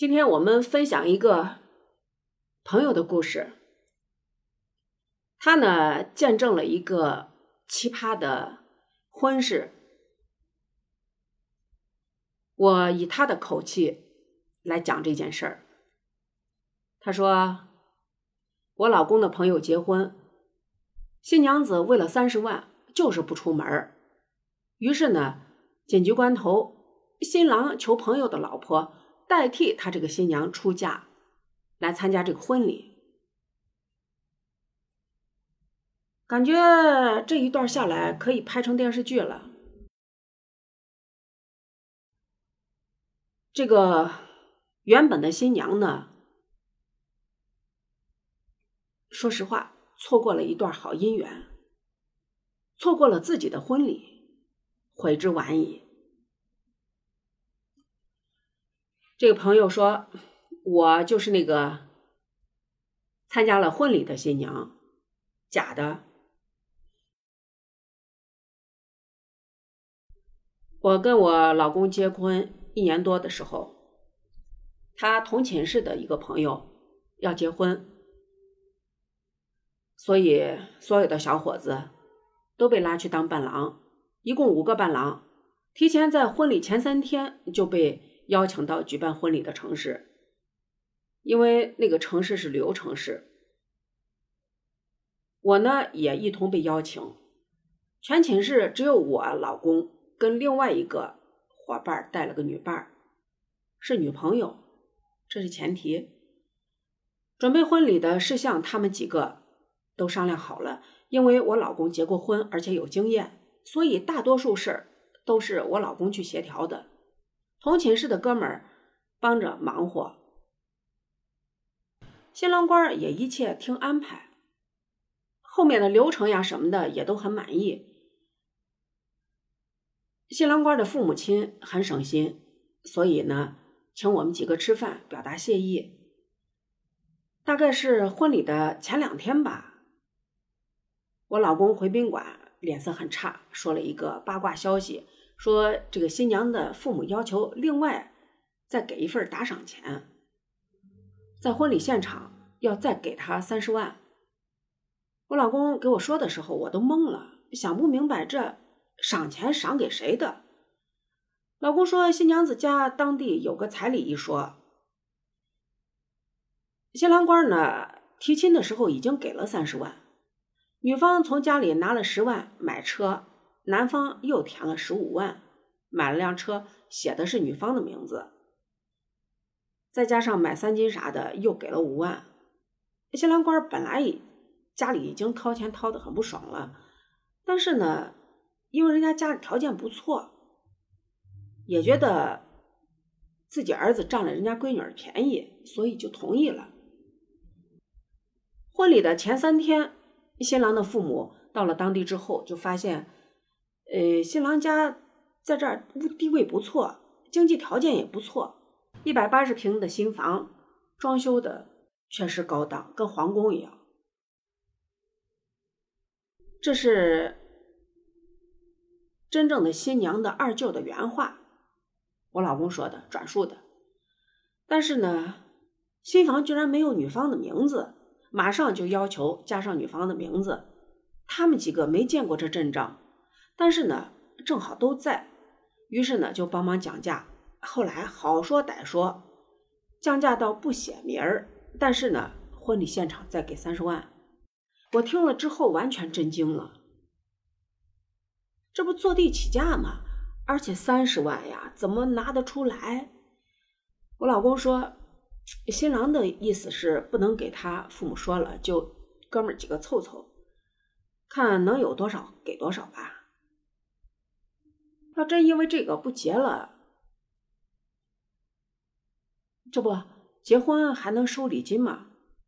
今天我们分享一个朋友的故事。他呢，见证了一个奇葩的婚事。我以他的口气来讲这件事儿。他说，我老公的朋友结婚，新娘子为了30万就是不出门，于是呢，紧急关头，新郎求朋友的老婆代替他这个新娘出嫁来参加这个婚礼。感觉这一段下来可以拍成电视剧了。这个原本的新娘呢，说实话，错过了一段好姻缘，错过了自己的婚礼，悔之晚矣。这个朋友说，我就是那个参加了婚礼的新娘，假的。我跟我老公结婚1年多的时候，他同寝室的一个朋友要结婚，所以所有的小伙子都被拉去当伴郎，一共5个伴郎，提前在婚礼前3天就被邀请到举办婚礼的城市，因为那个城市是旅游城市。我呢也一同被邀请，全寝室只有我老公跟另外一个伙伴带了个女伴，是女朋友，这是前提。准备婚礼的事项他们几个都商量好了，因为我老公结过婚，而且有经验，所以大多数事儿都是我老公去协调的，同寝室的哥们儿帮着忙活。新郎官也一切听安排，后面的流程呀什么的也都很满意。新郎官的父母亲很省心，所以呢，请我们几个吃饭表达谢意。大概是婚礼的前2天吧，我老公回宾馆脸色很差，说了一个八卦消息，说这个新娘的父母要求另外再给一份打赏钱，在婚礼现场要再给他30万。我老公给我说的时候我都懵了，想不明白这赏钱赏给谁的。老公说新娘子家当地有个彩礼一说，新郎官呢提亲的时候已经给了30万，女方从家里拿了10万买车，男方又填了15万买了辆车，写的是女方的名字，再加上买3金啥的又给了5万。新郎官本来家里已经掏钱掏得很不爽了，但是呢，因为人家家里条件不错，也觉得自己儿子占了人家闺女儿便宜，所以就同意了。婚礼的前3天，新郎的父母到了当地之后，就发现新郎家在这儿地位不错，经济条件也不错，180平的新房，装修的确实高档，跟皇宫一样。这是真正的新娘的二舅的原话，我老公说的，转述的。但是呢，新房居然没有女方的名字，马上就要求加上女方的名字。他们几个没见过这阵仗，但是呢，正好都在，于是呢就帮忙讲价。后来好说歹说，降价到不写名儿，但是呢，婚礼现场再给30万。我听了之后完全震惊了，这不坐地起价吗？而且30万呀，怎么拿得出来？我老公说，新郎的意思是不能给他父母说了，就哥们儿几个凑凑，看能有多少给多少吧。要真因为这个不结了，这不结婚还能收礼金吗？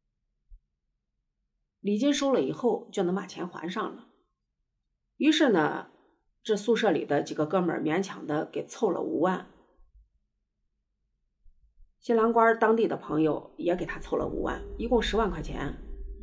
礼金收了以后就能把钱还上了。于是呢，这宿舍里的几个哥们儿勉强的给凑了5万，新郎官当地的朋友也给他凑了5万，一共10万块钱。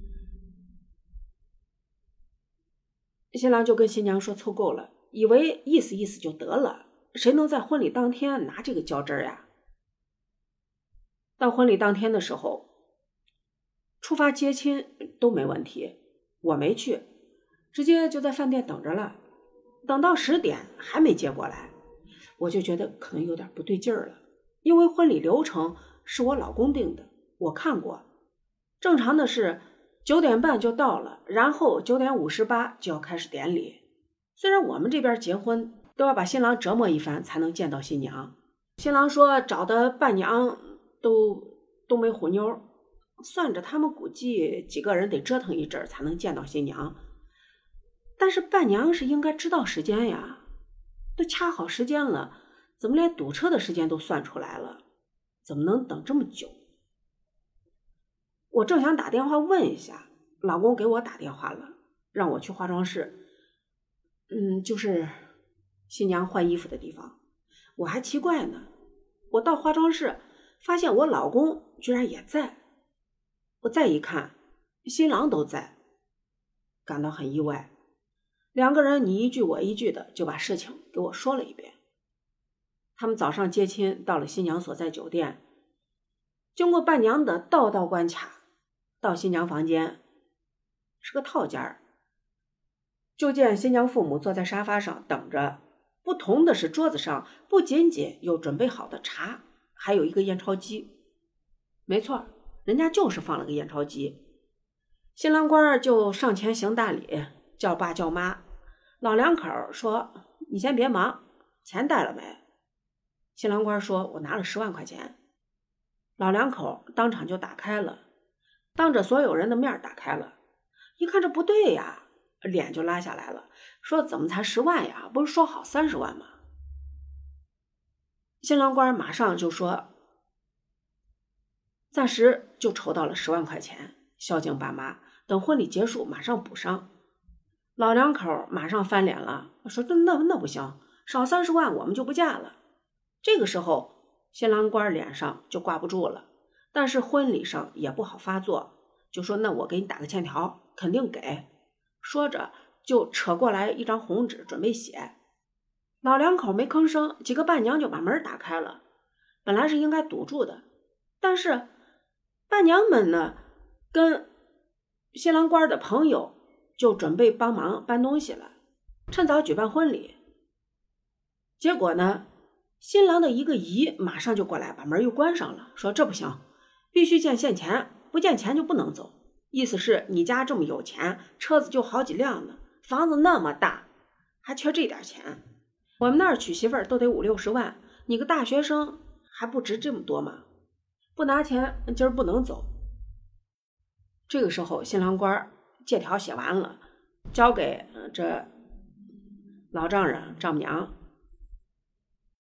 新郎就跟新娘说凑够了，以为意思意思就得了，谁能在婚礼当天拿这个较真儿呀？ 到婚礼当天的时候，出发接亲都没问题，我没去，直接就在饭店等着了。等到10点还没接过来，我就觉得可能有点不对劲儿了，因为婚礼流程是我老公定的，我看过，正常的是9点半就到了，然后9点58就要开始典礼。虽然我们这边结婚都要把新郎折磨一番才能见到新娘，新郎说找的伴娘都没虎妞，算着他们估计几个人得折腾一阵才能见到新娘。但是伴娘是应该知道时间呀，都掐好时间了，怎么连堵车的时间都算出来了？怎么能等这么久？我正想打电话问一下，老公给我打电话了，让我去化妆室，就是新娘换衣服的地方。我还奇怪呢，我到化妆室发现我老公居然也在，我再一看，新郎都在，感到很意外。2个人你一句我一句的就把事情给我说了一遍。他们早上接亲到了新娘所在酒店，经过伴娘的道道关卡，到新娘房间，是个套间，就见新娘父母坐在沙发上等着。不同的是，桌子上不仅仅有准备好的茶，还有一个验钞机。没错，人家就是放了个验钞机。新郎官就上前行大礼，叫爸叫妈。老两口说：“你先别忙，钱带了没？”新郎官说：“我拿了10万块钱。”老两口当场就打开了，当着所有人的面打开了。一看这不对呀，脸就拉下来了，说：“怎么才10万呀？不是说好30万吗？”新郎官马上就说：“暂时就筹到了10万块钱，孝敬爸妈，等婚礼结束马上补上。”老两口马上翻脸了，说：“那不行，少30万我们就不嫁了。”这个时候新郎官脸上就挂不住了，但是婚礼上也不好发作，就说：“那我给你打个欠条，肯定给。”说着就扯过来一张红纸准备写。老两口没吭声，几个伴娘就把门打开了。本来是应该堵住的，但是伴娘们呢跟新郎官的朋友就准备帮忙搬东西了，趁早举办婚礼。结果呢，新郎的一个姨马上就过来把门又关上了，说：“这不行，必须见现钱，不见钱就不能走。意思是你家这么有钱，车子就好几辆呢，房子那么大，还缺这点钱。我们那儿娶媳妇儿都得50-60万，你个大学生还不值这么多吗？不拿钱今儿不能走。”这个时候新郎官借条写完了，交给这老丈人丈母娘，